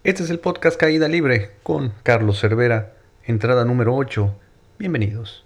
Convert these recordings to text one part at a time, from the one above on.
Este es el podcast Caída Libre con Carlos Cervera, entrada número 8. Bienvenidos.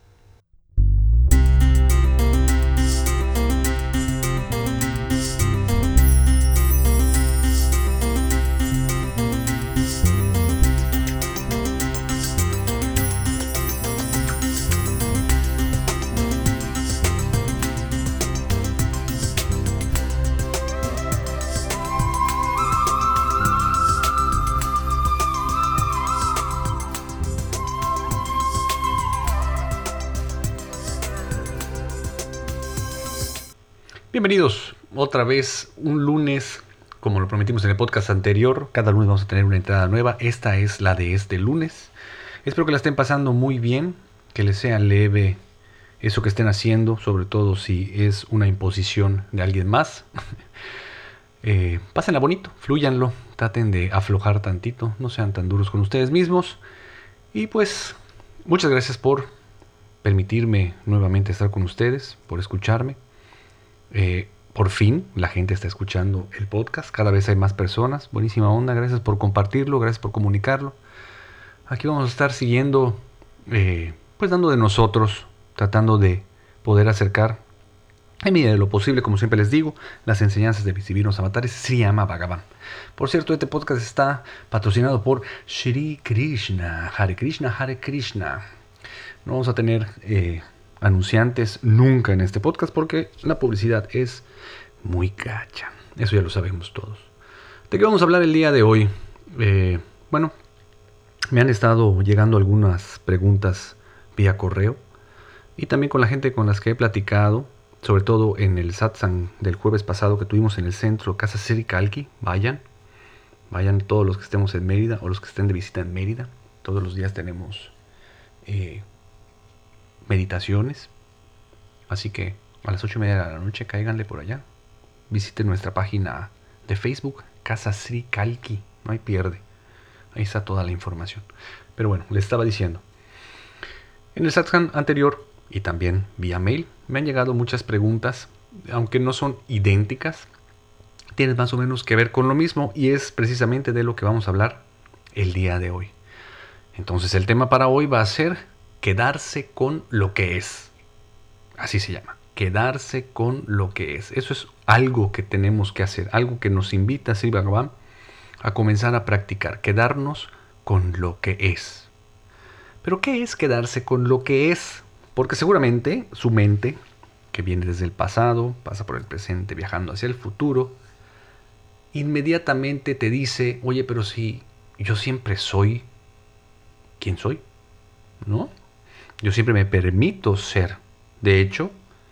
Bienvenidos otra vez un lunes, como lo prometimos en el podcast anterior. Cada lunes vamos a tener una entrada nueva. Esta es la de este lunes. Espero que la estén pasando muy bien, que les sea leve eso que estén haciendo, sobre todo si es una imposición de alguien más. Pásenla bonito, flúyanlo, traten de aflojar tantito, no sean tan duros con ustedes mismos. Y pues, muchas gracias por permitirme nuevamente estar con ustedes, por escucharme. Por fin la gente está escuchando el podcast, cada vez hay más personas, buenísima onda, gracias por compartirlo, gracias por comunicarlo. Aquí vamos a estar siguiendo, pues dando de nosotros, tratando de poder acercar, en medida de lo posible, como siempre les digo, las enseñanzas de mis divinos avatares Sri Ama Bhagavan. Por cierto, este podcast está patrocinado por Shri Krishna, Hare Krishna, Hare Krishna. No vamos a tener anunciantes nunca en este podcast porque la publicidad es muy gacha. Eso ya lo sabemos todos. ¿De qué vamos a hablar el día de hoy? Bueno, me han estado llegando algunas preguntas vía correo y también con la gente con las que he platicado, sobre todo en el satsang del jueves pasado que tuvimos en el centro Casa Sri Kalki. Vayan todos los que estemos en Mérida o los que estén de visita en Mérida. Todos los días tenemos meditaciones, así que a las 8:30 de la noche cáiganle por allá. Visiten nuestra página de Facebook, Casa Sri Kalki, no hay pierde, ahí está toda la información. Pero bueno, les estaba diciendo, en el satsang anterior y también vía mail me han llegado muchas preguntas, aunque no son idénticas, tienen más o menos que ver con lo mismo y es precisamente de lo que vamos a hablar el día de hoy. Entonces el tema para hoy va a ser quedarse con lo que es. Así se llama, quedarse con lo que es. Eso es algo que tenemos que hacer, algo que nos invita Sri Bhagavan a comenzar a practicar, quedarnos con lo que es. Pero ¿qué es quedarse con lo que es? Porque seguramente su mente, que viene desde el pasado, pasa por el presente, viajando hacia el futuro, inmediatamente te dice, oye, pero si yo siempre soy quien soy, ¿no? Yo siempre me permito ser. De hecho,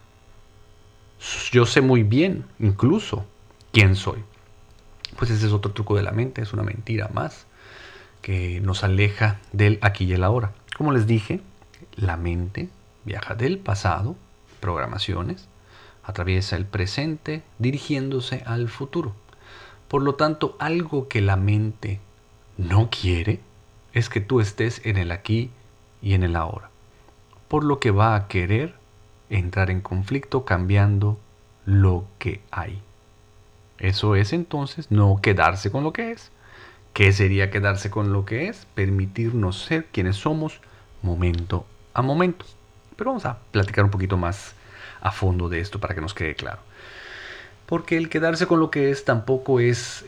yo sé muy bien, incluso, quién soy. Pues ese es otro truco de la mente, es una mentira más que nos aleja del aquí y el ahora. Como les dije, la mente viaja del pasado, programaciones, atraviesa el presente, dirigiéndose al futuro. Por lo tanto, algo que la mente no quiere es que tú estés en el aquí y en el ahora. Por lo que va a querer entrar en conflicto cambiando lo que hay. Eso es entonces no quedarse con lo que es. ¿Qué sería quedarse con lo que es? Permitirnos ser quienes somos momento a momento. Pero vamos a platicar un poquito más a fondo de esto para que nos quede claro. Porque el quedarse con lo que es tampoco es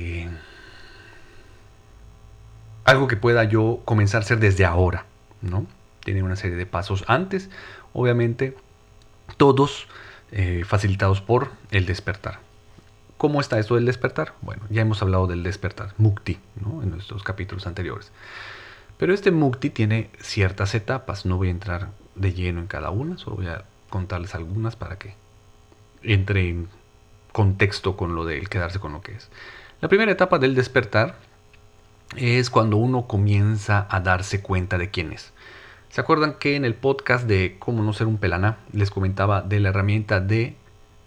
algo que pueda yo comenzar a hacer desde ahora, ¿no? Tiene una serie de pasos antes, obviamente, todos facilitados por el despertar. ¿Cómo está esto del despertar? Bueno, ya hemos hablado del despertar, mukti, ¿no? En nuestros capítulos anteriores. Pero este mukti tiene ciertas etapas, no voy a entrar de lleno en cada una, solo voy a contarles algunas para que entre en contexto con lo del quedarse con lo que es. La primera etapa del despertar es cuando uno comienza a darse cuenta de quién es. ¿Se acuerdan que en el podcast de cómo no ser un pelaná les comentaba de la herramienta de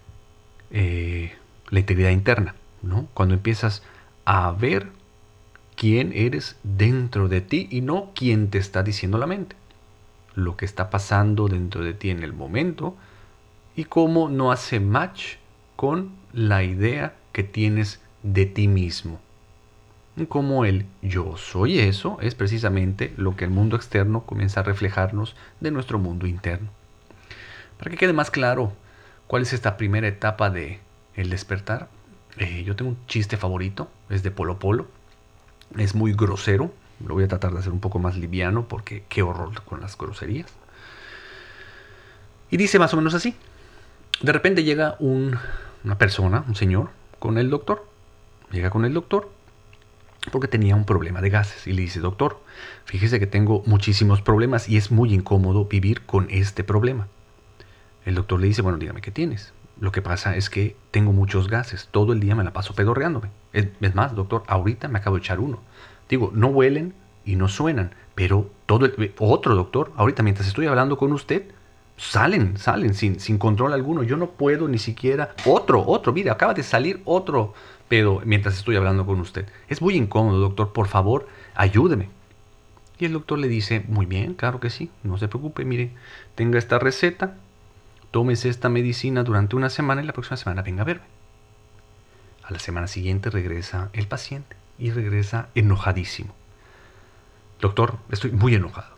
la integridad interna, ¿no? Cuando empiezas a ver quién eres dentro de ti y no quién te está diciendo la mente. Lo que está pasando dentro de ti en el momento y cómo no hace match con la idea que tienes de ti mismo. Como el yo soy eso es precisamente lo que el mundo externo comienza a reflejarnos de nuestro mundo interno. Para que quede más claro cuál es esta primera etapa de el despertar, yo tengo un chiste favorito, es de Polo Polo, es muy grosero, lo voy a tratar de hacer un poco más liviano porque qué horror con las groserías. Y dice más o menos así: de repente llega una persona, un señor, con el doctor. Llega con el doctor porque tenía un problema de gases y le dice: doctor, fíjese que tengo muchísimos problemas y es muy incómodo vivir con este problema. El doctor le dice: bueno, dígame qué tienes. Lo que pasa es que tengo muchos gases, todo el día me la paso pedorreándome. Es más, doctor, ahorita me acabo de echar uno. Digo, no huelen y no suenan, pero otro, doctor, ahorita mientras estoy hablando con usted, salen sin control alguno. Yo no puedo ni siquiera... Otro, mire, acaba de salir otro pedo mientras estoy hablando con usted. Es muy incómodo, doctor, por favor, ayúdeme. Y el doctor le dice: muy bien, claro que sí, no se preocupe, mire, tenga esta receta, tómese esta medicina durante una semana y la próxima semana venga a verme. A la semana siguiente regresa el paciente y regresa enojadísimo. Doctor, estoy muy enojado.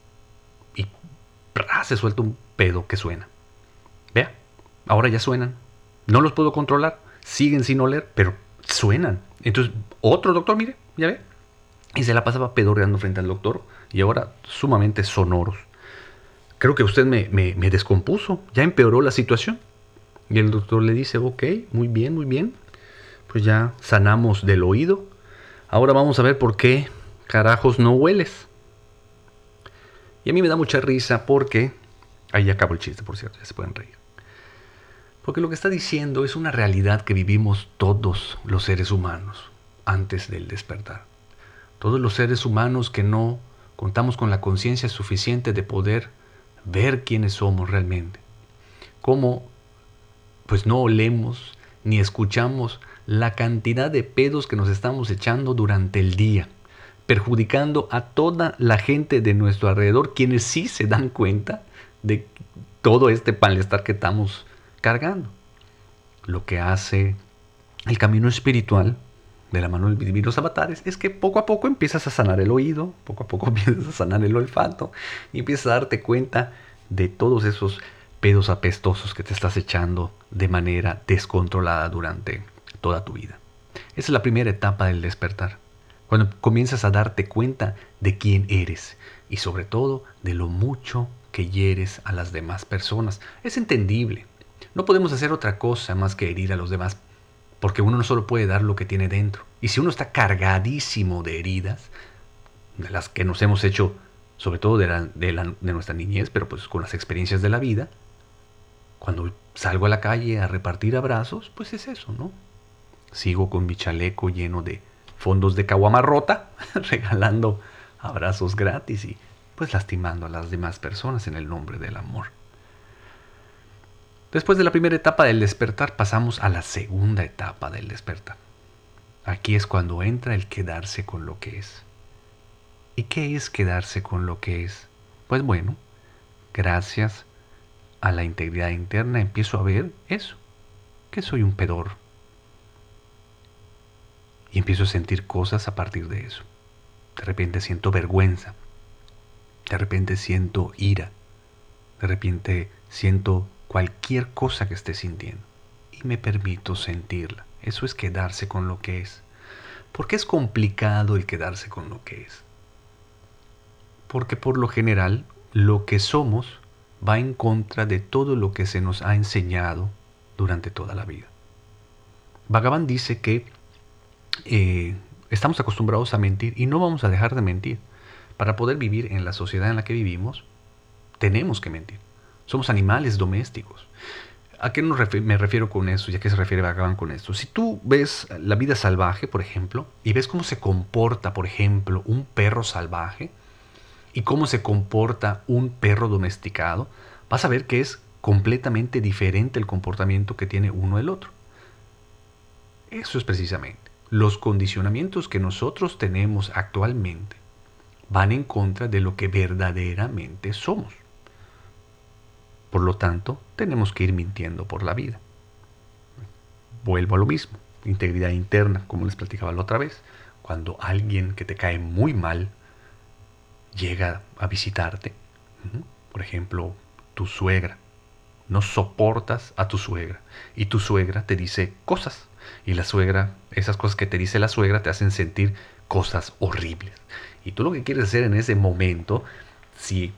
Y se suelta un pedo que suena. Vea, ahora ya suenan. No los puedo controlar, siguen sin oler, pero suenan. Entonces, otro doctor, mire, ya ve. Y se la pasaba pedorreando frente al doctor y ahora sumamente sonoros. Creo que usted me descompuso, ya empeoró la situación. Y el doctor le dice: ok, muy bien, muy bien. Pues ya sanamos del oído. Ahora vamos a ver por qué carajos no hueles. Y a mí me da mucha risa porque... ahí acabó el chiste, por cierto, ya se pueden reír. Porque lo que está diciendo es una realidad que vivimos todos los seres humanos antes del despertar. Todos los seres humanos que no contamos con la conciencia suficiente de poder ver quiénes somos realmente. Cómo pues no olemos ni escuchamos la cantidad de pedos que nos estamos echando durante el día, perjudicando a toda la gente de nuestro alrededor, quienes sí se dan cuenta de todo este malestar que estamos cargando. Lo que hace el camino espiritual de la mano de divinos avatares es que poco a poco empiezas a sanar el oído, poco a poco empiezas a sanar el olfato y empiezas a darte cuenta de todos esos pedos apestosos que te estás echando de manera descontrolada durante toda tu vida. Esa es la primera etapa del despertar, cuando comienzas a darte cuenta de quién eres y sobre todo de lo mucho que hieres a las demás personas. Es entendible. No podemos hacer otra cosa más que herir a los demás, porque uno no solo puede dar lo que tiene dentro. Y si uno está cargadísimo de heridas, de las que nos hemos hecho, sobre todo de nuestra niñez, pero pues con las experiencias de la vida, cuando salgo a la calle a repartir abrazos, pues es eso, ¿no? Sigo con mi chaleco lleno de fondos de caguama rota, regalando abrazos gratis y pues lastimando a las demás personas en el nombre del amor. Después de la primera etapa del despertar pasamos a la segunda etapa del despertar. Aquí es cuando entra el quedarse con lo que es. ¿Y qué es quedarse con lo que es? Pues bueno, gracias a la integridad interna empiezo a ver eso, que soy un pedor. Y empiezo a sentir cosas a partir de eso. De repente siento vergüenza, de repente siento ira, de repente siento cualquier cosa que esté sintiendo y me permito sentirla. Eso es quedarse con lo que es. ¿Por qué es complicado el quedarse con lo que es? Porque por lo general lo que somos va en contra de todo lo que se nos ha enseñado durante toda la vida. Bhagavan dice que estamos acostumbrados a mentir y no vamos a dejar de mentir. Para poder vivir en la sociedad en la que vivimos, tenemos que mentir. Somos animales domésticos. ¿A qué me refiero con eso? ¿Y a qué se refiere Bhagavan con esto? Si tú ves la vida salvaje, por ejemplo, y ves cómo se comporta, por ejemplo, un perro salvaje y cómo se comporta un perro domesticado, vas a ver que es completamente diferente el comportamiento que tiene uno del otro. Eso es precisamente. Los condicionamientos que nosotros tenemos actualmente van en contra de lo que verdaderamente somos. Por lo tanto, tenemos que ir mintiendo por la vida. Vuelvo a lo mismo, integridad interna, como les platicaba la otra vez. cuando alguien que te cae muy mal llega a visitarte. Por ejemplo, tu suegra. No soportas a tu suegra y tu suegra te dice cosas. Y la suegra, esas cosas que te dice la suegra te hacen sentir cosas horribles. Y tú lo que quieres hacer en ese momento, si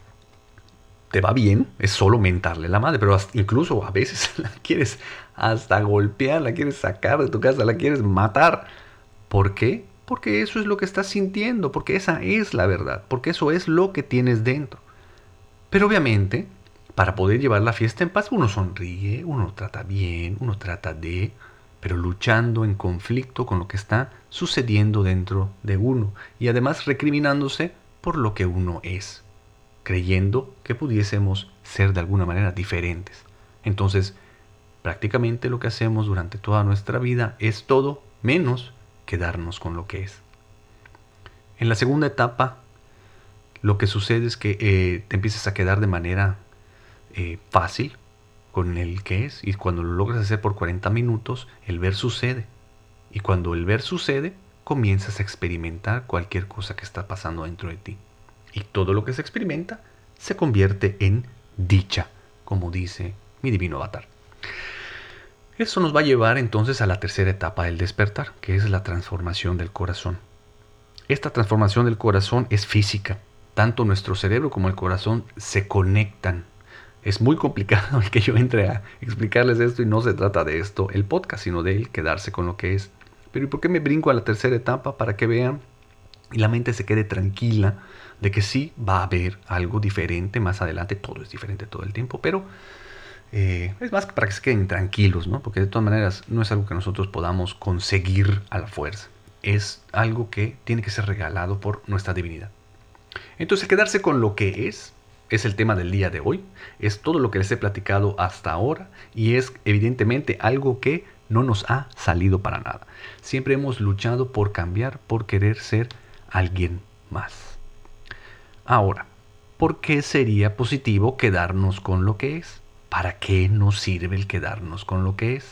te va bien, es solo mentarle la madre, pero incluso a veces la quieres hasta golpear, la quieres sacar de tu casa, la quieres matar. ¿Por qué? Porque eso es lo que estás sintiendo, porque esa es la verdad, porque eso es lo que tienes dentro. Pero obviamente, para poder llevar la fiesta en paz, uno sonríe, uno trata bien, uno trata de, pero luchando en conflicto con lo que está sucediendo dentro de uno y además recriminándose por lo que uno es, creyendo que pudiésemos ser de alguna manera diferentes. Entonces, prácticamente lo que hacemos durante toda nuestra vida es todo menos quedarnos con lo que es. En la segunda etapa, lo que sucede es que te empiezas a quedar de manera fácil con el que es, y cuando lo logras hacer por 40 minutos, el ver sucede. Y cuando el ver sucede, comienzas a experimentar cualquier cosa que está pasando dentro de ti. Y todo lo que se experimenta se convierte en dicha, como dice mi divino avatar. Eso nos va a llevar entonces a la tercera etapa del despertar, que es la transformación del corazón. Esta transformación del corazón es física. Tanto nuestro cerebro como el corazón se conectan. Es muy complicado el que yo entre a explicarles esto y no se trata de esto el podcast, sino de él quedarse con lo que es. Pero ¿y por qué me brinco a la tercera etapa? Para que vean y la mente se quede tranquila de que sí va a haber algo diferente más adelante. Todo es diferente todo el tiempo, pero es más para que se queden tranquilos, ¿no? Porque de todas maneras no es algo que nosotros podamos conseguir a la fuerza. Es algo que tiene que ser regalado por nuestra divinidad. Entonces, quedarse con lo que es el tema del día de hoy. Es todo lo que les he platicado hasta ahora y es evidentemente algo que no nos ha salido para nada. Siempre hemos luchado por cambiar, por querer ser alguien más. Ahora, ¿por qué sería positivo quedarnos con lo que es? ¿Para qué nos sirve el quedarnos con lo que es?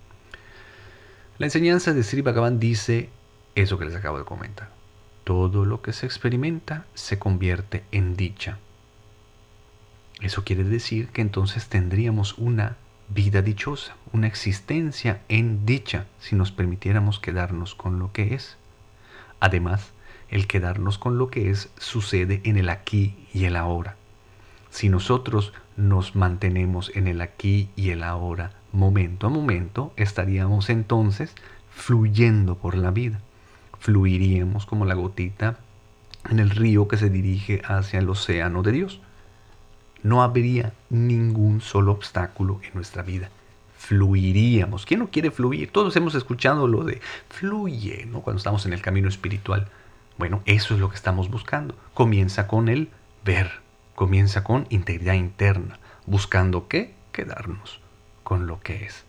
La enseñanza de Sri Bhagavan dice eso que les acabo de comentar. Todo lo que se experimenta se convierte en dicha. Eso quiere decir que entonces tendríamos una vida dichosa, una existencia en dicha, si nos permitiéramos quedarnos con lo que es. Además, el quedarnos con lo que es sucede en el aquí y el ahora. Si nosotros nos mantenemos en el aquí y el ahora, momento a momento, estaríamos entonces fluyendo por la vida. Fluiríamos como la gotita en el río que se dirige hacia el océano de Dios. No habría ningún solo obstáculo en nuestra vida. Fluiríamos. ¿Quién no quiere fluir? Todos hemos escuchado lo de fluye, ¿no? Cuando estamos en el camino espiritual. Bueno, eso es lo que estamos buscando. Comienza con el ver. Comienza con integridad interna. ¿Buscando qué? Quedarnos con lo que es.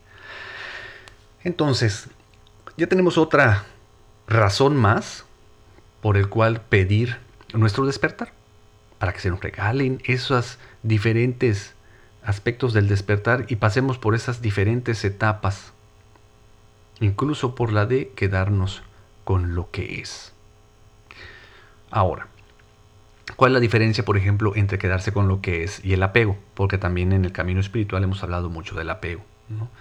Entonces, ya tenemos otra razón más por el cual pedir nuestro despertar. Para que se nos regalen esos diferentes aspectos del despertar y pasemos por esas diferentes etapas, incluso por la de quedarnos con lo que es. Ahora, ¿cuál es la diferencia, por ejemplo, entre quedarse con lo que es y el apego? Porque también en el camino espiritual hemos hablado mucho del apego, ¿no?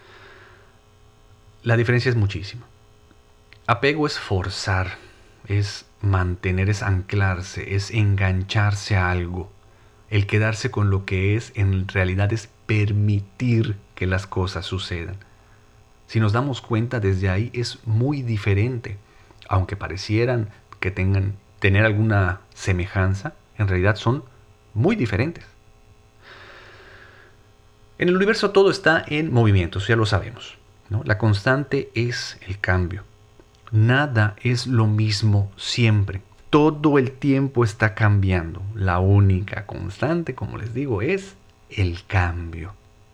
La diferencia es muchísima. Apego es forzar, es mantener, es anclarse, es engancharse a algo. El quedarse con lo que es en realidad es permitir que las cosas sucedan. Si nos damos cuenta desde ahí es muy diferente. Aunque parecieran que tener alguna semejanza, en realidad son muy diferentes. En el universo todo está en movimiento, ya lo sabemos, ¿no? La constante es el cambio. Nada es lo mismo siempre. Todo el tiempo está cambiando. La única constante, como les digo, es el cambio.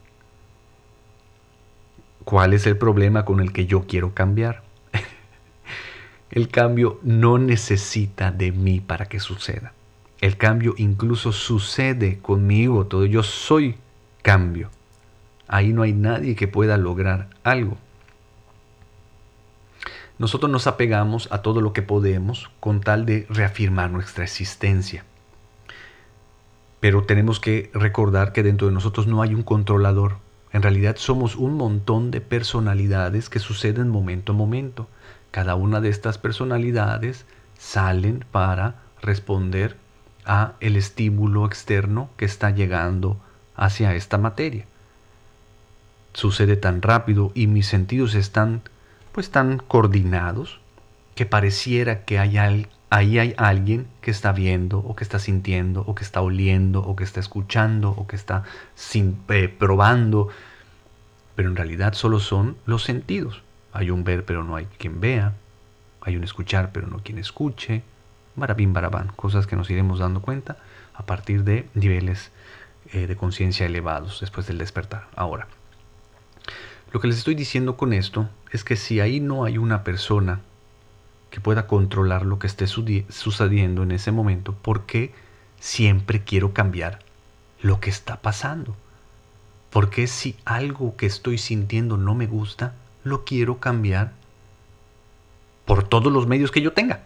¿Cuál es el problema con el que yo quiero cambiar? El cambio no necesita de mí para que suceda. El cambio incluso sucede conmigo. Todo yo soy cambio. Ahí no hay nadie que pueda lograr algo. Nosotros nos apegamos a todo lo que podemos con tal de reafirmar nuestra existencia. Pero tenemos que recordar que dentro de nosotros no hay un controlador. En realidad somos un montón de personalidades que suceden momento a momento. Cada una de estas personalidades salen para responder a el estímulo externo que está llegando hacia esta materia. Sucede tan rápido y mis sentidos están pues tan coordinados que pareciera que ahí hay alguien que está viendo o que está sintiendo o que está oliendo o que está escuchando o que está probando, pero en realidad solo son los sentidos. Hay un ver pero no hay quien vea, hay un escuchar pero no quien escuche, barabín barabán, cosas que nos iremos dando cuenta a partir de niveles de conciencia elevados después del despertar. Ahora, lo que les estoy diciendo con esto es que si ahí no hay una persona que pueda controlar lo que esté sucediendo en ese momento, ¿por qué siempre quiero cambiar lo que está pasando? ¿Por qué si algo que estoy sintiendo no me gusta, lo quiero cambiar por todos los medios que yo tenga?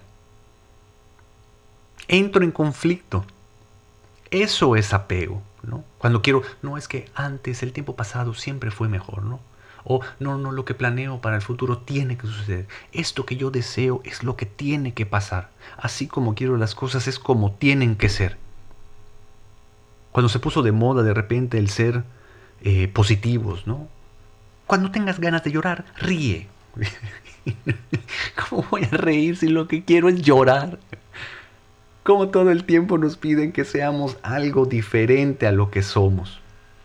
Entro en conflicto. Eso es apego, ¿no? Cuando quiero, no, es que antes, el tiempo pasado siempre fue mejor, ¿no? O no, lo que planeo para el futuro tiene que suceder. Esto que yo deseo es lo que tiene que pasar. Así como quiero las cosas es como tienen que ser. Cuando se puso de moda de repente el ser positivos, ¿no? Cuando tengas ganas de llorar, ríe. ¿Cómo voy a reír si lo que quiero es llorar? Como todo el tiempo nos piden que seamos algo diferente a lo que somos.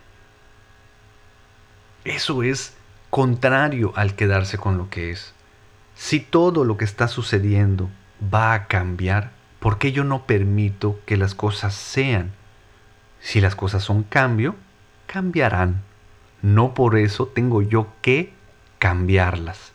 Eso es contrario al quedarse con lo que es. Si todo lo que está sucediendo va a cambiar, ¿por qué yo no permito que las cosas sean? Si las cosas son cambio, cambiarán. No por eso tengo yo que cambiarlas.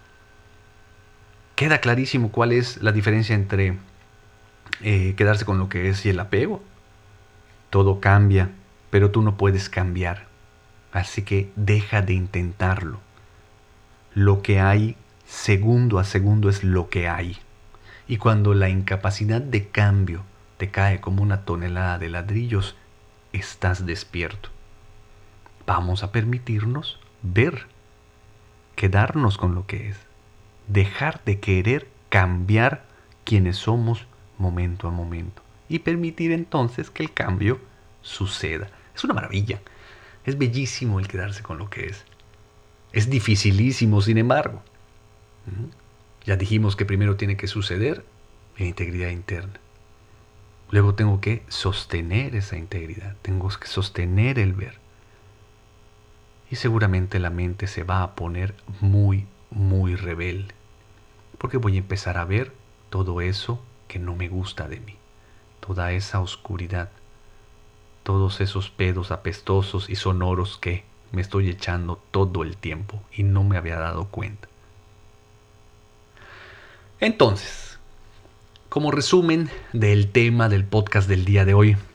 Queda clarísimo cuál es la diferencia entre quedarse con lo que es y el apego. Todo cambia, pero tú no puedes cambiar. Así que deja de intentarlo. Lo que hay segundo a segundo es lo que hay. Y cuando la incapacidad de cambio te cae como una tonelada de ladrillos, estás despierto. Vamos a permitirnos ver, quedarnos con lo que es, dejar de querer cambiar quienes somos momento a momento y permitir entonces que el cambio suceda. Es una maravilla. Es bellísimo el quedarse con lo que es. Es dificilísimo, sin embargo. Ya dijimos que primero tiene que suceder la integridad interna. Luego tengo que sostener esa integridad. Tengo que sostener el ver. Y seguramente la mente se va a poner muy, muy rebelde. Porque voy a empezar a ver todo eso que no me gusta de mí. Toda esa oscuridad. Todos esos pedos apestosos y sonoros que me estoy echando todo el tiempo y no me había dado cuenta. Entonces, como resumen del tema del podcast del día de hoy,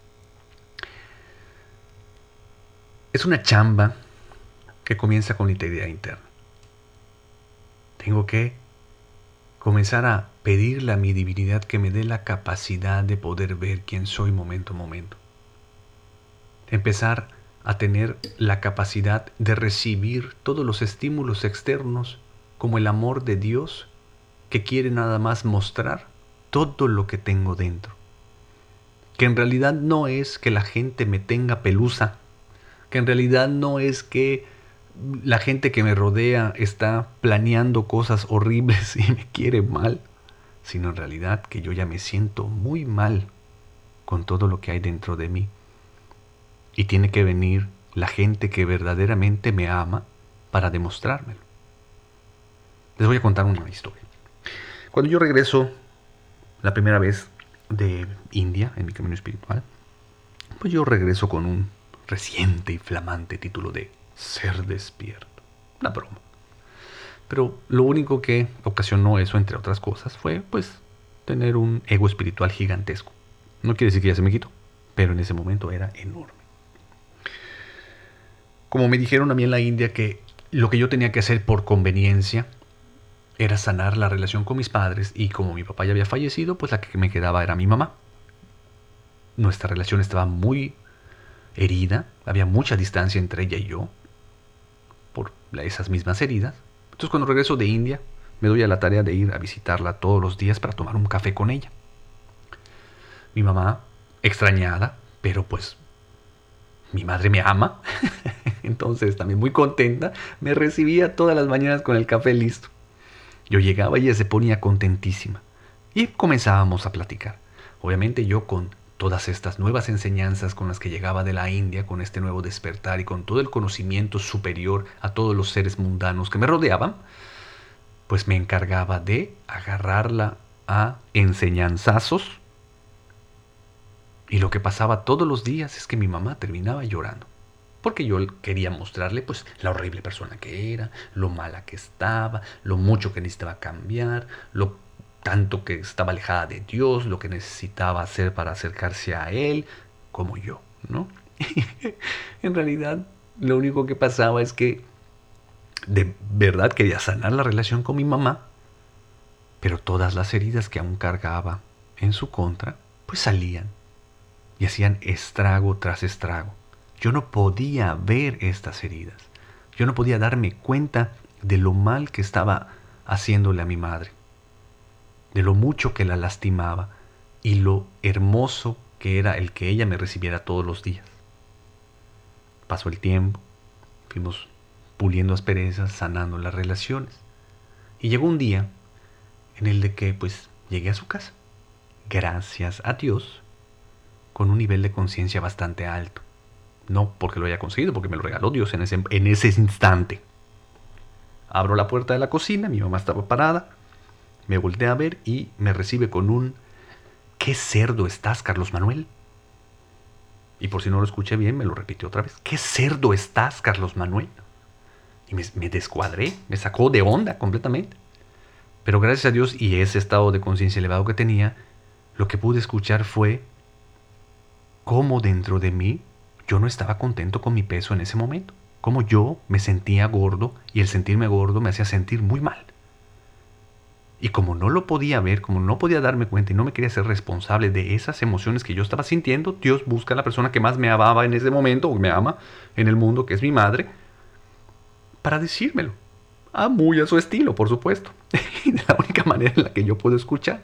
es una chamba que comienza con la integridad interna. Tengo que comenzar a pedirle a mi divinidad que me dé la capacidad de poder ver quién soy momento a momento. Empezar a tener la capacidad de recibir todos los estímulos externos como el amor de Dios que quiere nada más mostrar todo lo que tengo dentro. Que en realidad no es que la gente me tenga pelusa, que en realidad no es que la gente que me rodea está planeando cosas horribles y me quiere mal, sino en realidad que yo ya me siento muy mal con todo lo que hay dentro de mí. Y tiene que venir la gente que verdaderamente me ama para demostrármelo. Les voy a contar una historia. Cuando yo regreso la primera vez de India en mi camino espiritual, pues yo regreso con un reciente y flamante título de Ser Despierto. Una broma. Pero lo único que ocasionó eso, entre otras cosas, fue pues tener un ego espiritual gigantesco. No quiere decir que ya se me quitó, pero en ese momento era enorme. Como me dijeron a mí en la India que lo que yo tenía que hacer por conveniencia era sanar la relación con mis padres, y como mi papá ya había fallecido, pues la que me quedaba era mi mamá. Nuestra relación estaba muy herida, había mucha distancia entre ella y yo por esas mismas heridas. Entonces cuando regreso de India me doy a la tarea de ir a visitarla todos los días para tomar un café con ella. Mi mamá, extrañada, pero pues mi madre me ama, entonces también muy contenta, me recibía todas las mañanas con el café listo. Yo llegaba y ella se ponía contentísima y comenzábamos a platicar. Obviamente yo con todas estas nuevas enseñanzas con las que llegaba de la India, con este nuevo despertar y con todo el conocimiento superior a todos los seres mundanos que me rodeaban, pues me encargaba de agarrarla a enseñanzazos. Y lo que pasaba todos los días es que mi mamá terminaba llorando. Porque yo quería mostrarle pues la horrible persona que era, lo mala que estaba, lo mucho que necesitaba cambiar, lo tanto que estaba alejada de Dios, lo que necesitaba hacer para acercarse a Él, como yo, ¿no? En realidad, lo único que pasaba es que de verdad quería sanar la relación con mi mamá, pero todas las heridas que aún cargaba en su contra, pues salían y hacían estrago tras estrago. Yo no podía ver estas heridas. Yo no podía darme cuenta de lo mal que estaba haciéndole a mi madre, de lo mucho que la lastimaba y lo hermoso que era el que ella me recibiera todos los días. Pasó el tiempo, fuimos puliendo asperezas, sanando las relaciones. Y llegó un día en el de que pues llegué a su casa, gracias a Dios, con un nivel de conciencia bastante alto. No porque lo haya conseguido, porque me lo regaló Dios en ese instante. Abro la puerta de la cocina, mi mamá estaba parada, me voltea a ver y me recibe con un ¿qué cerdo estás, Carlos Manuel? Y por si no lo escuché bien, me lo repitió otra vez. ¿Qué cerdo estás, Carlos Manuel? Y me descuadré, me sacó de onda completamente. Pero gracias a Dios y ese estado de conciencia elevado que tenía, lo que pude escuchar fue cómo dentro de mí yo no estaba contento con mi peso en ese momento. Cómo yo me sentía gordo y el sentirme gordo me hacía sentir muy mal. Y como no lo podía ver, como no podía darme cuenta y no me quería ser responsable de esas emociones que yo estaba sintiendo, Dios busca a la persona que más me amaba en ese momento, o me ama en el mundo, que es mi madre, para decírmelo. Muy a su estilo, por supuesto. Y de la única manera en la que yo puedo escuchar.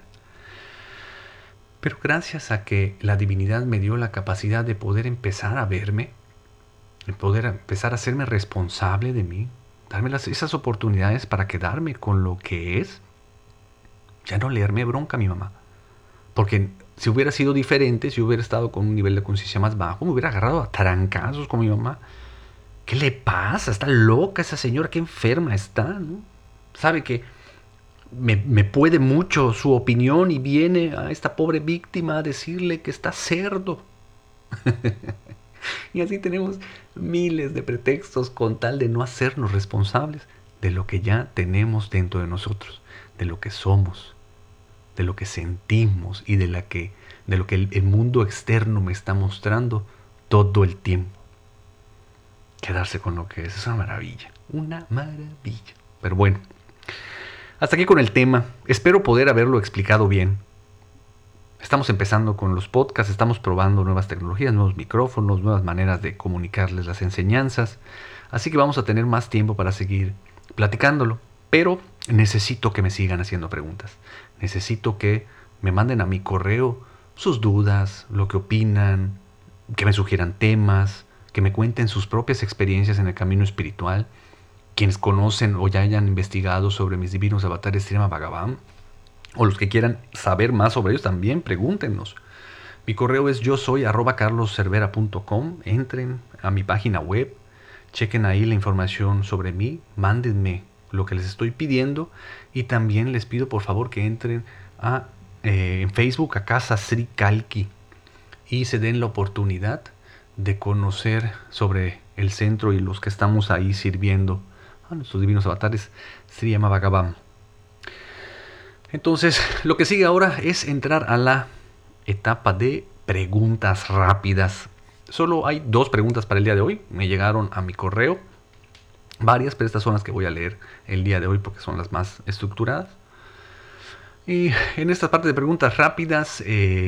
Pero gracias a que la divinidad me dio la capacidad de poder empezar a verme, de poder empezar a hacerme responsable de mí, darme esas oportunidades para quedarme con lo que es, ya no leerme bronca a mi mamá. Porque si hubiera sido diferente, si hubiera estado con un nivel de conciencia más bajo, me hubiera agarrado a trancazos con mi mamá. ¿Qué le pasa? Está loca esa señora, qué enferma está, ¿no? Sabe que me puede mucho su opinión y viene a esta pobre víctima a decirle que está cerdo. Y así tenemos miles de pretextos con tal de no hacernos responsables de lo que ya tenemos dentro de nosotros, de lo que somos, de lo que sentimos y de lo que el mundo externo me está mostrando todo el tiempo. Quedarse con lo que es una maravilla, una maravilla. Pero bueno, hasta aquí con el tema. Espero poder haberlo explicado bien. Estamos empezando con los podcasts, estamos probando nuevas tecnologías, nuevos micrófonos, nuevas maneras de comunicarles las enseñanzas. Así que vamos a tener más tiempo para seguir platicándolo. Pero necesito que me sigan haciendo preguntas. Necesito que me manden a mi correo sus dudas, lo que opinan, que me sugieran temas, que me cuenten sus propias experiencias en el camino espiritual. Quienes conocen o ya hayan investigado sobre mis divinos avatares Srimad Bhagavan, o los que quieran saber más sobre ellos también, pregúntenos. Mi correo es yosoy@carloscervera.com. Entren a mi página web, chequen ahí la información sobre mí, mándenme lo que les estoy pidiendo y también les pido por favor que entren en Facebook a Casa Sri Kalki y se den la oportunidad de conocer sobre el centro y los que estamos ahí sirviendo a nuestros divinos avatares Srimad Bhagavan. Entonces, lo que sigue ahora es entrar a la etapa de preguntas rápidas. Solo hay 2 preguntas para el día de hoy. Me llegaron a mi correo varias, pero estas son las que voy a leer el día de hoy porque son las más estructuradas. Y en esta parte de preguntas rápidas,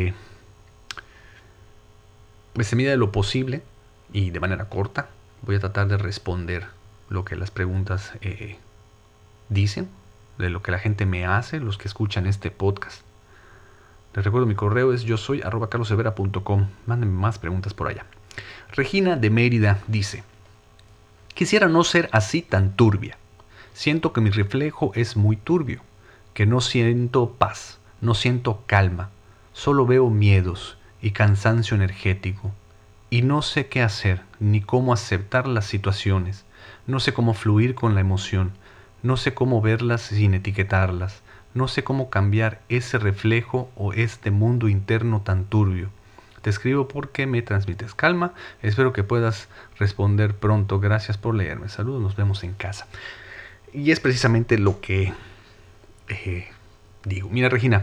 pues en medida de lo posible y de manera corta, voy a tratar de responder lo que las preguntas dicen, de lo que la gente me hace, los que escuchan este podcast. Les recuerdo, mi correo es yosoy@carlosevera.com. Mándenme más preguntas por allá. Regina de Mérida dice: quisiera no ser así tan turbia. Siento que mi reflejo es muy turbio, que no siento paz, no siento calma, solo veo miedos y cansancio energético. Y no sé qué hacer, ni cómo aceptar las situaciones, no sé cómo fluir con la emoción, no sé cómo verlas sin etiquetarlas, no sé cómo cambiar ese reflejo o este mundo interno tan turbio. Te escribo porque me transmites calma, espero que puedas responder pronto, gracias por leerme, saludos, nos vemos en casa. Y es precisamente lo que digo. Mira, Regina,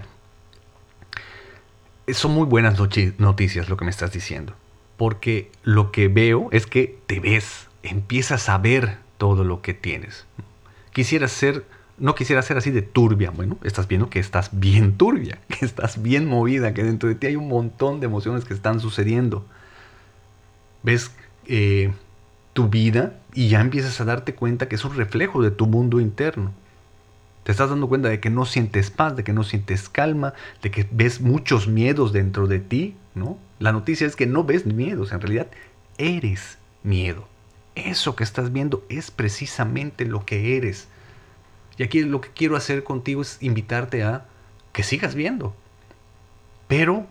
son muy buenas noticias lo que me estás diciendo, porque lo que veo es que te ves, empiezas a ver todo lo que tienes. No quisiera ser así de turbia. Bueno, estás viendo que estás bien turbia, que estás bien movida, que dentro de ti hay un montón de emociones que están sucediendo. Ves tu vida y ya empiezas a darte cuenta que es un reflejo de tu mundo interno. Te estás dando cuenta de que no sientes paz, de que no sientes calma, de que ves muchos miedos dentro de ti, ¿no? La noticia es que no ves miedos, en realidad eres miedo. Eso que estás viendo es precisamente lo que eres. Y aquí lo que quiero hacer contigo es invitarte a que sigas viendo. Pero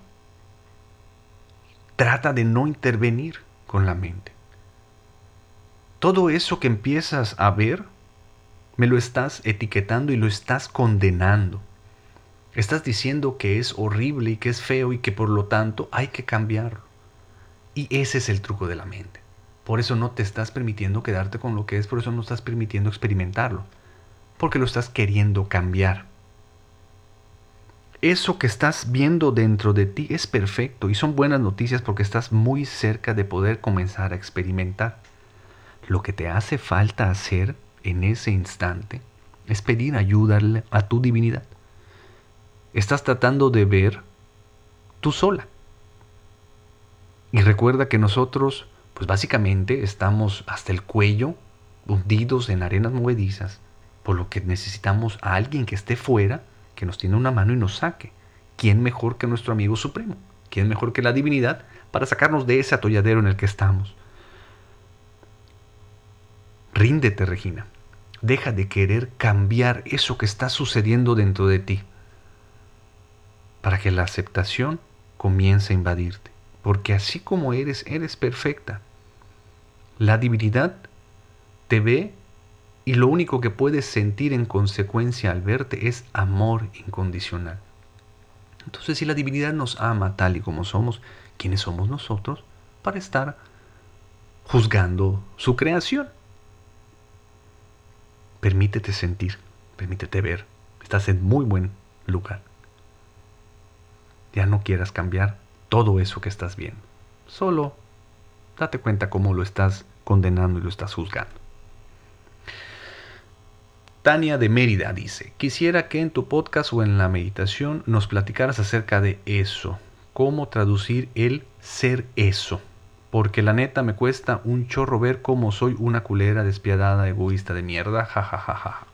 trata de no intervenir con la mente. Todo eso que empiezas a ver, me lo estás etiquetando y lo estás condenando. Estás diciendo que es horrible y que es feo y que por lo tanto hay que cambiarlo. Y ese es el truco de la mente. Por eso no te estás permitiendo quedarte con lo que es, por eso no estás permitiendo experimentarlo. Porque lo estás queriendo cambiar. Eso que estás viendo dentro de ti es perfecto y son buenas noticias porque estás muy cerca de poder comenzar a experimentar. Lo que te hace falta hacer en ese instante es pedir ayuda a tu divinidad. Estás tratando de ver tú sola. Y recuerda que nosotros, pues básicamente estamos hasta el cuello, hundidos en arenas movedizas, por lo que necesitamos a alguien que esté fuera, que nos tienda una mano y nos saque. ¿Quién mejor que nuestro amigo supremo? ¿Quién mejor que la divinidad para sacarnos de ese atolladero en el que estamos? Ríndete, Regina. Deja de querer cambiar eso que está sucediendo dentro de ti, para que la aceptación comience a invadirte. Porque así como eres, eres perfecta. La divinidad te ve y lo único que puedes sentir en consecuencia al verte es amor incondicional. Entonces, si la divinidad nos ama tal y como somos, ¿quiénes somos nosotros para estar juzgando su creación? Permítete sentir, permítete ver. Estás en muy buen lugar. Ya no quieras cambiar todo eso que estás viendo. Solo date cuenta cómo lo estás condenando y lo estás juzgando. Tania de Mérida dice: quisiera que en tu podcast o en la meditación nos platicaras acerca de eso. Cómo traducir el ser eso. Porque la neta me cuesta un chorro ver cómo soy una culera despiadada, egoísta de mierda. Ja, ja, ja, ja.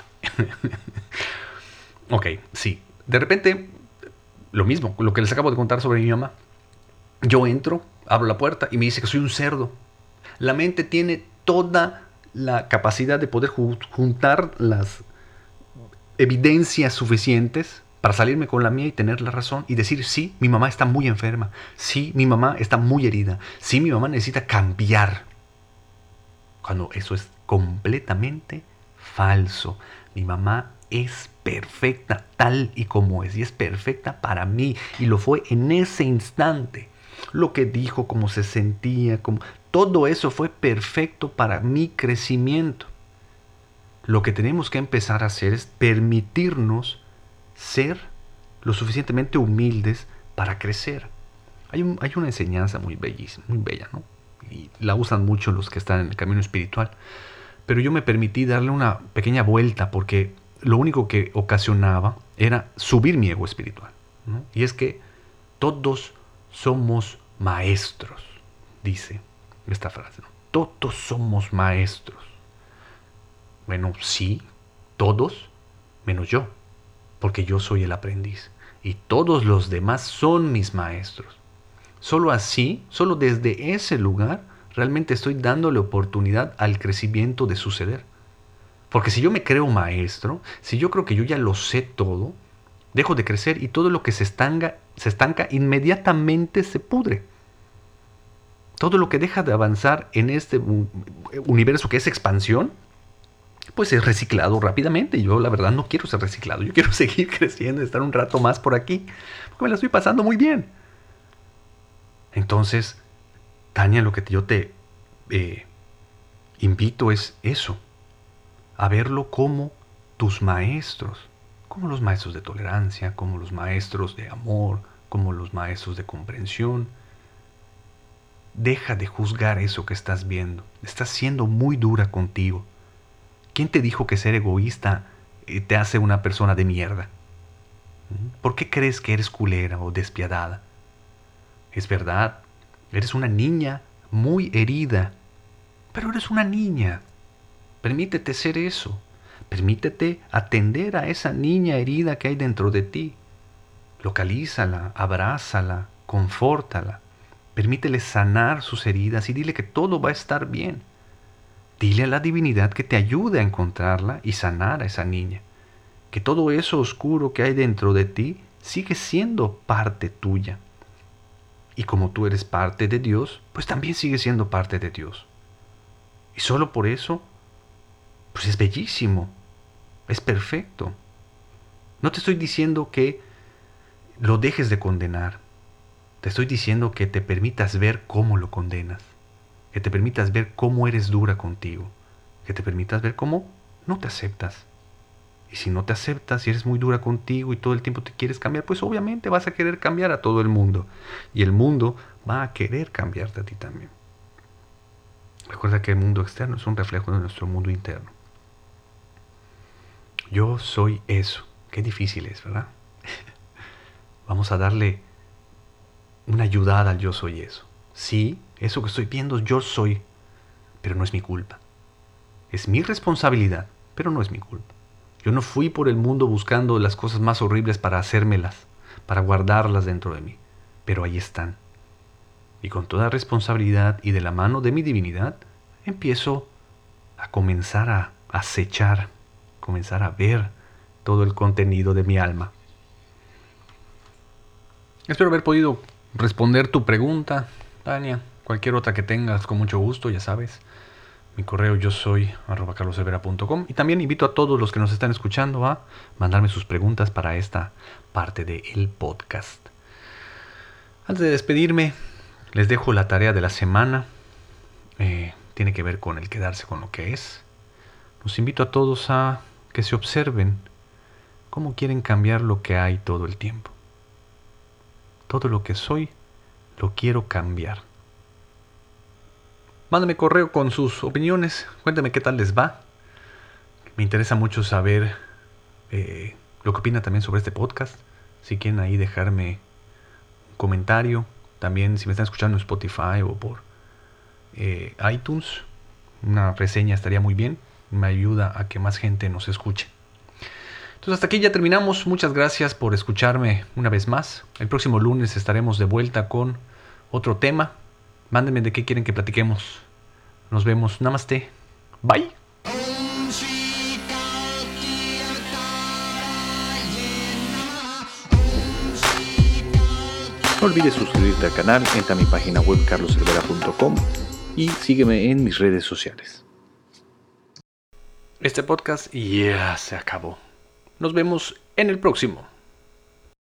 Ok, sí. De repente, lo mismo, lo que les acabo de contar sobre mi mamá. Yo entro, abro la puerta y me dice que soy un cerdo. La mente tiene toda la capacidad de poder juntar las evidencias suficientes para salirme con la mía y tener la razón y decir: sí, mi mamá está muy enferma, sí, mi mamá está muy herida, sí, mi mamá necesita cambiar. Cuando eso es completamente falso. Mi mamá es perfecta tal y como es, y es perfecta para mí, y lo fue en ese instante. Lo que dijo, cómo se sentía, todo eso fue perfecto para mi crecimiento. Lo que tenemos que empezar a hacer es permitirnos ser lo suficientemente humildes para crecer. Hay una enseñanza muy bellísima, muy bella, ¿no? Y la usan mucho los que están en el camino espiritual. pero yo me permití darle una pequeña vuelta porque lo único que ocasionaba era subir mi ego espiritual, ¿no? Y es que todos somos maestros, dice esta frase, ¿no? Todos somos maestros. Bueno, sí, todos, menos yo, porque yo soy el aprendiz y todos los demás son mis maestros. Solo así, solo desde ese lugar, realmente estoy dándole oportunidad al crecimiento de suceder. Porque si yo me creo maestro, si yo creo que yo ya lo sé todo, dejo de crecer y todo lo que se estanca inmediatamente se pudre. Todo lo que deja de avanzar en este universo que es expansión, pues es reciclado rápidamente. Yo la verdad no quiero ser reciclado. Yo quiero seguir creciendo, estar un rato más por aquí, porque me la estoy pasando muy bien. Entonces, Tania, lo que yo te invito es eso, a verlo como tus maestros, como los maestros de tolerancia, como los maestros de amor, como los maestros de comprensión. Deja de juzgar eso que estás viendo. Estás siendo muy dura contigo. ¿Quién te dijo que ser egoísta te hace una persona de mierda? ¿Por qué crees que eres culera o despiadada? Es verdad, eres una niña muy herida, pero eres una niña. Permítete ser eso. Permítete atender a esa niña herida que hay dentro de ti. Localízala, abrázala, confórtala. Permítele sanar sus heridas y dile que todo va a estar bien. Dile a la divinidad que te ayude a encontrarla y sanar a esa niña. Que todo eso oscuro que hay dentro de ti sigue siendo parte tuya. Y como tú eres parte de Dios, pues también sigue siendo parte de Dios. Y solo por eso, pues es bellísimo, es perfecto. No te estoy diciendo que lo dejes de condenar. Te estoy diciendo que te permitas ver cómo lo condenas. Que te permitas ver cómo eres dura contigo. Que te permitas ver cómo no te aceptas. Y si no te aceptas y eres muy dura contigo y todo el tiempo te quieres cambiar, pues obviamente vas a querer cambiar a todo el mundo. Y el mundo va a querer cambiarte a ti también. Recuerda que el mundo externo es un reflejo de nuestro mundo interno. Yo soy eso. Qué difícil es, ¿verdad? Vamos a darle una ayudada al yo soy eso. Sí, eso que estoy viendo yo soy, pero no es mi culpa. Es mi responsabilidad, pero no es mi culpa. Yo no fui por el mundo buscando las cosas más horribles para hacérmelas, para guardarlas dentro de mí, pero ahí están. Y con toda responsabilidad y de la mano de mi divinidad, empiezo a comenzar a acechar, comenzar a ver todo el contenido de mi alma. Espero haber podido responder tu pregunta, Tania. Cualquier otra que tengas, con mucho gusto, ya sabes. Mi correo yo soy @carlosrivera.com. Y también invito a todos los que nos están escuchando a mandarme sus preguntas para esta parte del podcast. Antes de despedirme, les dejo la tarea de la semana. Tiene que ver con el quedarse con lo que es. Los invito a todos a que se observen cómo quieren cambiar lo que hay todo el tiempo. Todo lo que soy, lo quiero cambiar. Mándame correo con sus opiniones. Cuéntame qué tal les va. Me interesa mucho saber lo que opinan también sobre este podcast. Si quieren ahí dejarme un comentario. También si me están escuchando en Spotify o por iTunes, una reseña estaría muy bien. Me ayuda a que más gente nos escuche. Entonces hasta aquí ya terminamos. Muchas gracias por escucharme una vez más. El próximo lunes estaremos de vuelta con otro tema. Mándenme de qué quieren que platiquemos. Nos vemos. Namaste. Bye. No olvides suscribirte al canal, entra a mi página web carlosrivera.com y sígueme en mis redes sociales. Este podcast ya se acabó. Nos vemos en el próximo.